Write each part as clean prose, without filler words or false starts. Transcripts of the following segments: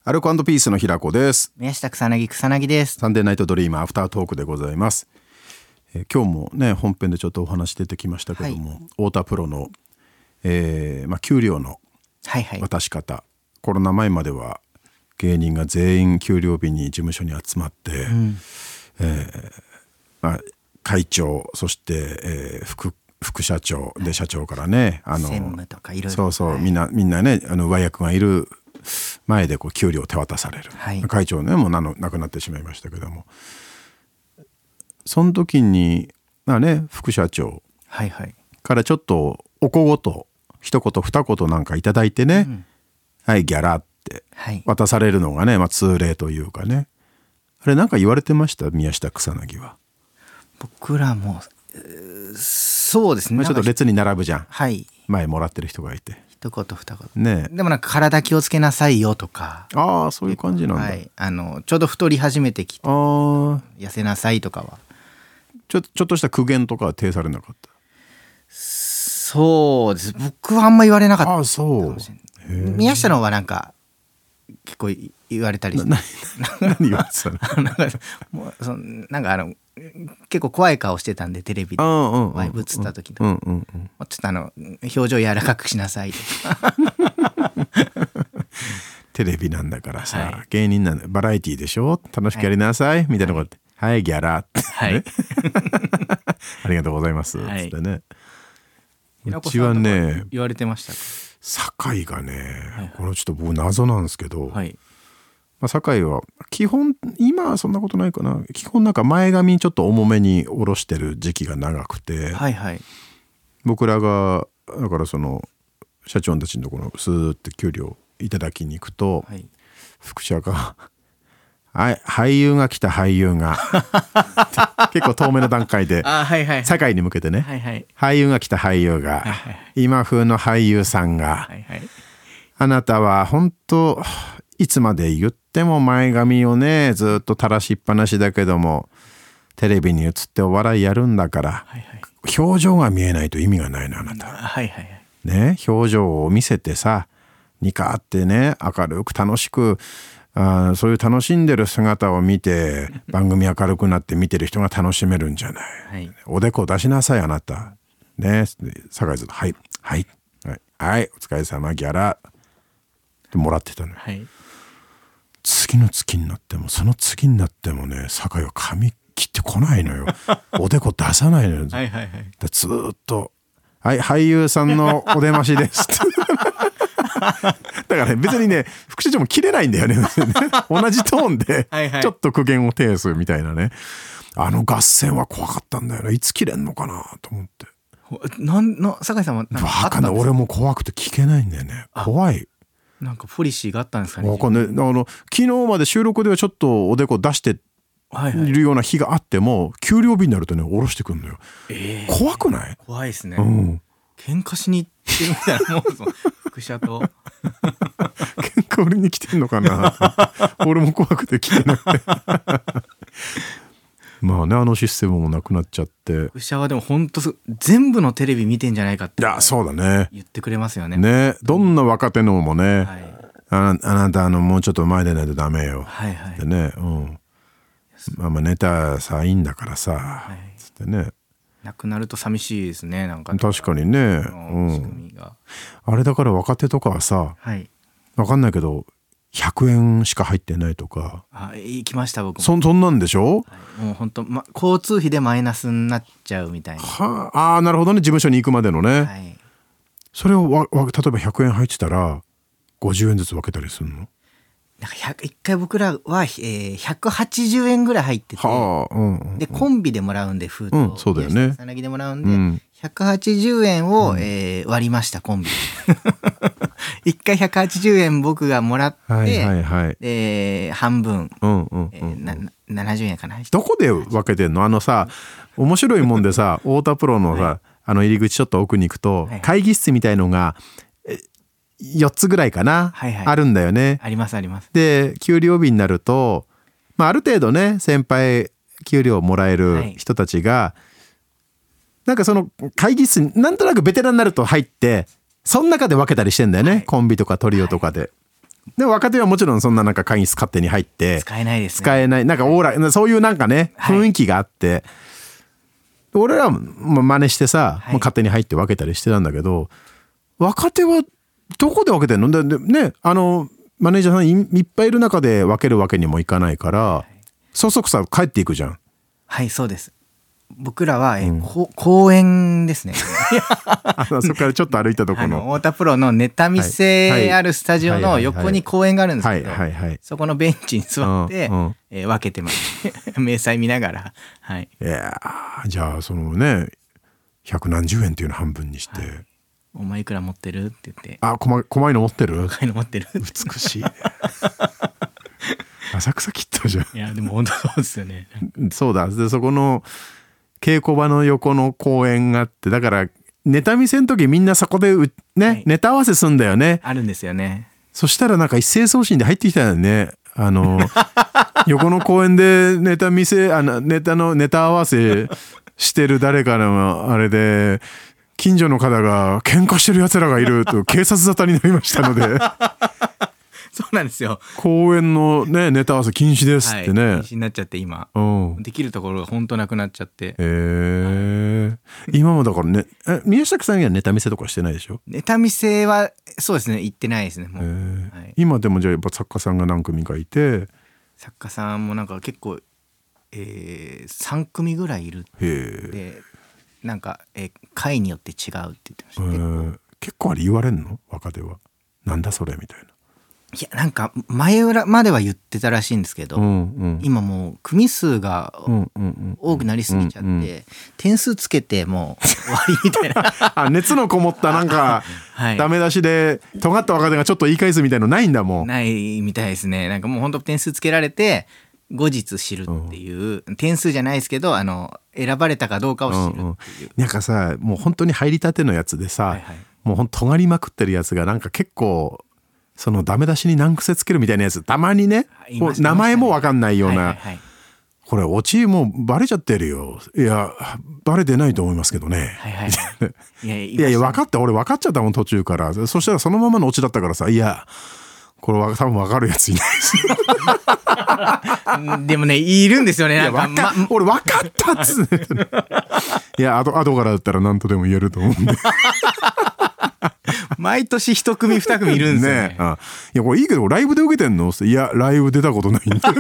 アルコ&ピースの平子です。 宮下草薙です。 サンデーナイトドリームアフタートークでございます。今日もね本編でちょっとお話出てきましたけども、太田プロの、給料の渡し方、コロナ前までは芸人が全員給料日に事務所に集まって、会長そして、副社長で社長からね専務とかいろいろみんなね上役がいる前でこう給料を手渡される、会長ねもう亡くなってしまいましたけども、その時に副社長からちょっとお小言一言二言なんかいただいてね、はいギャラって渡されるのがね、通例というかね。あれなんか言われてました宮下草薙は。 僕らもそうですね、 ちょっと列に並ぶじゃん、前もらってる人がいて一言二言ね。でもなんか体気をつけなさいよとか、 そういう感じなんだ、 ちょうど太り始めてきて痩せなさいとかはちょっとした苦言とかは呈されなかった。 そうです、僕はあんま言われなかった。 そう宮下の方はなんか結構言われたりして何言われてたのなんか結構怖い顔してたんで、テレビでワイブ映った時とかちょっと表情柔らかくしなさいとかテレビなんだからさ、芸人なんだ、バラエティーでしょ、楽しくやりなさい、みたいなことはいギャラって、ありがとうございます、つってね。うちはね言われてましたか。 酒井がね、これちょっと僕謎なんですけど、酒井は基本今はそんなことないかな、基本なんか前髪ちょっと重めに下ろしてる時期が長くて、僕らがだからその社長たちのところスーって給料いただきに行くと、副社が俳優が来た、俳優が結構遠めの段階で酒井に向けてね、俳優が来た、俳優が、今風の俳優さんが、あなたは本当いつまで言っても前髪をねずっと垂らしっぱなしだけども、テレビに映ってお笑いやるんだから、表情が見えないと意味がないの、あなた、ね、表情を見せてさ、ニカってね明るく楽しく、そういう楽しんでる姿を見て番組明るくなって見てる人が楽しめるんじゃない、おでこ出しなさいあなたね。酒井ずっとはい、お疲れ様ギャラってもらってたのよ、次の月になってもその次になってもね、酒井は髪切ってこないのよおでこ出さないのよでずっと俳優さんのお出ましですってだからね別にね副社長も切れないんだよね同じトーンでちょっと苦言を呈すみたいなね。合戦は怖かったんだよね。いつ切れんのかなと思って。 酒井さんは分かんない、俺も怖くて聞けないんだよね。怖い、 なんかポリシーがあったんですかね。 分かんない。昨日まで収録ではちょっとおでこ出しているような日があっても、給料日になるとね下ろしてくんのよ、怖くない？ 怖いですね、喧嘩しに行ってるみたいなもん副社と喧嘩売りに来てんのかな俺も怖くて聞けなくてシステムもなくなっちゃって、 副社はでも本当全部のテレビ見てんじゃないかって、 そうだね、 言ってくれますよね。 どんな若手のもね、あなたもうちょっと前でないとダメよってね、ネタさいいんだからさ、つってね。 なくなると寂しいですね。なんか確かにね、あれだから若手とかはさ、分かんないけど100円しか入ってないとか。 行きました僕も。 そんなんでしょ、 もう本当、交通費でマイナスになっちゃうみたいな。 なるほどね、事務所に行くまでのね、それを例えば100円入ってたら50円ずつ分けたりするの？ なんか1回僕らは、180円ぐらい入ってて、でコンビでもらうんで封筒、 そうだよね、 草薙でもらうんで、180円を、割りましたコンビ1回180円僕がもらって、半分、70円かな。 どこで分けてんの？面白いもんでさ太田プロのさ、入り口ちょっと奥に行くと、会議室みたいのが4つぐらいかな、あるんだよね。 ありますあります。 で給料日になると、ある程度ね先輩給料もらえる人たちが、なんかその会議室になんとなくベテランになると入って、その中で分けたりしてんだよね、コンビとかトリオとかで。 でも若手はもちろんそんななんか会議室勝手に入って使えないですね。 使えない、なんかオーラ、そういうなんかね雰囲気があって、俺らも真似してさ、もう勝手に入って分けたりしてたんだけど、若手はどこで分けてんのでね、マネージャーさんいっぱいいる中で分けるわけにもいかないから、そそくさ帰っていくじゃん。 はい、そうです。僕らは、公園ですね。 そこからちょっと歩いたところの太田プロのネタ見せあるスタジオの横に公園があるんですけど、そこのベンチに座って、分けてます。明細見ながら。はい。 いやじゃあそのね100何十円っていうの半分にして、 お前いくら持ってるって言って、 細いの持ってる？ 細いの持ってる。 美しい。浅草キッドじゃん。 いやでも本当そうですよね。 そうだ。でそこの稽古場の横の公園があって、だからネタ見せの時みんなそこでね、ネタ合わせすんだよね。 あるんですよね。 そしたらなんか一斉送信で入ってきたよね。横の公園でネタ見せネタ合わせしてる誰かのあれで、近所の方が喧嘩してる奴らがいると警察沙汰になりましたので。 そうなんですよ。 公園のねネタ合わせ禁止ですってね。 禁止になっちゃって今、できるところが本当なくなっちゃって。 今もだからね、宮下さんにはネタ見せとかしてないでしょ？ ネタ見せはそうですね、行ってないですね。もう、 今でもじゃあやっぱ作家さんが何組かいて、 作家さんもなんか結構、3組ぐらいいるで、なんか、会によって違うって言ってました。 結構あれ言われんの？若手はなんだそれみたいな。 いやなんか前裏までは言ってたらしいんですけど、今もう組数が多くなりすぎちゃって、点数つけてもう終わりみたいな。 熱のこもったなんかダメ出しで尖った若手がちょっと言い返すみたいのないんだもん。 ないみたいですね。なんかもう本当点数つけられて後日知るっていう、点数じゃないですけど選ばれたかどうかを知るっていう、 なんかさもう本当に入りたてのやつでさ、もうほんと尖りまくってるやつがなんか結構そのダメ出しに難癖つけるみたいなやつたまにね、名前も分かんないような、これオチもうバレちゃってるよ。いやバレてないと思いますけどね。いや分かった、俺分かっちゃったもん途中から。そしたらそのままのオチだったからさ、いやこれは多分分かるやついないです。 でもねいるんですよね。なんか俺分かったっつっていや後からだったら何とでも言えると思うんで。 毎年一組二組いるんですよね。 いやこれいいけどライブで受けてんの？いやライブ出たことないんだ。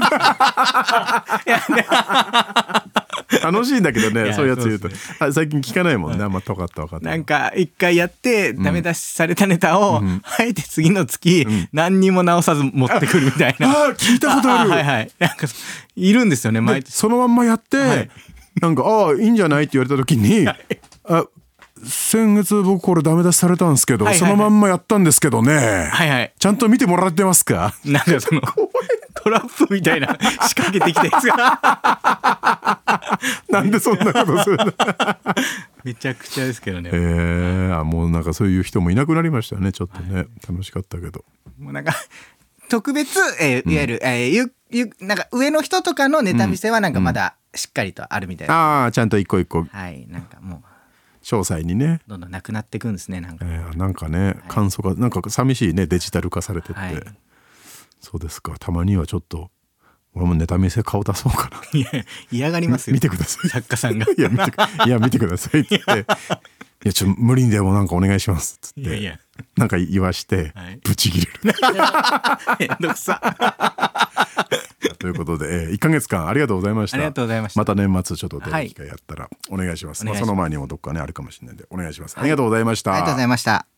楽しいんだけどね、そういうやつ言うと。最近聞かないもんね、まあとかった分かった。 なんか一回やってダメ出しされたネタをあえて次の月何にも直さず持ってくるみたいな。 聞いたことある。 なんかいるんですよね。毎年そのまんまやって、なんかいいんじゃないって言われた時に、先月僕これダメ出しされたんですけど、そのまんまやったんですけどね、ちゃんと見てもらってますか？ なんかそのトラップみたいな仕掛けてきたやつがなんでそんなことするの？ めちゃくちゃですけどね。 もうなんかそういう人もいなくなりましたね。ちょっとね、楽しかったけど、 もうなんか特別、いわゆる、なんか上の人とかのネタ見せはなんかまだしっかりとあるみたいな。 ちゃんと一個一個、 なんかもう詳細にねどんどんなくなっていくんですね。なんか、 なんかね、簡素化なんか寂しいね、デジタル化されてって、そうですか。たまにはちょっと俺もネタ見せ顔出そうかな。 嫌がりますよ。 見てください作家さんが。 いや見てくださいって言って、いやちょっと無理にでもなんかお願いしますっつってなんか言わしてブチ切れる。 めんどくさ。 ということで、1ヶ月間ありがとうございました。 ありがとうございました。 また年末ちょっと出る機会やったらお願いします。その前にもどっかねあるかもしれないんでお願いします。ありがとうございました。 ありがとうございました。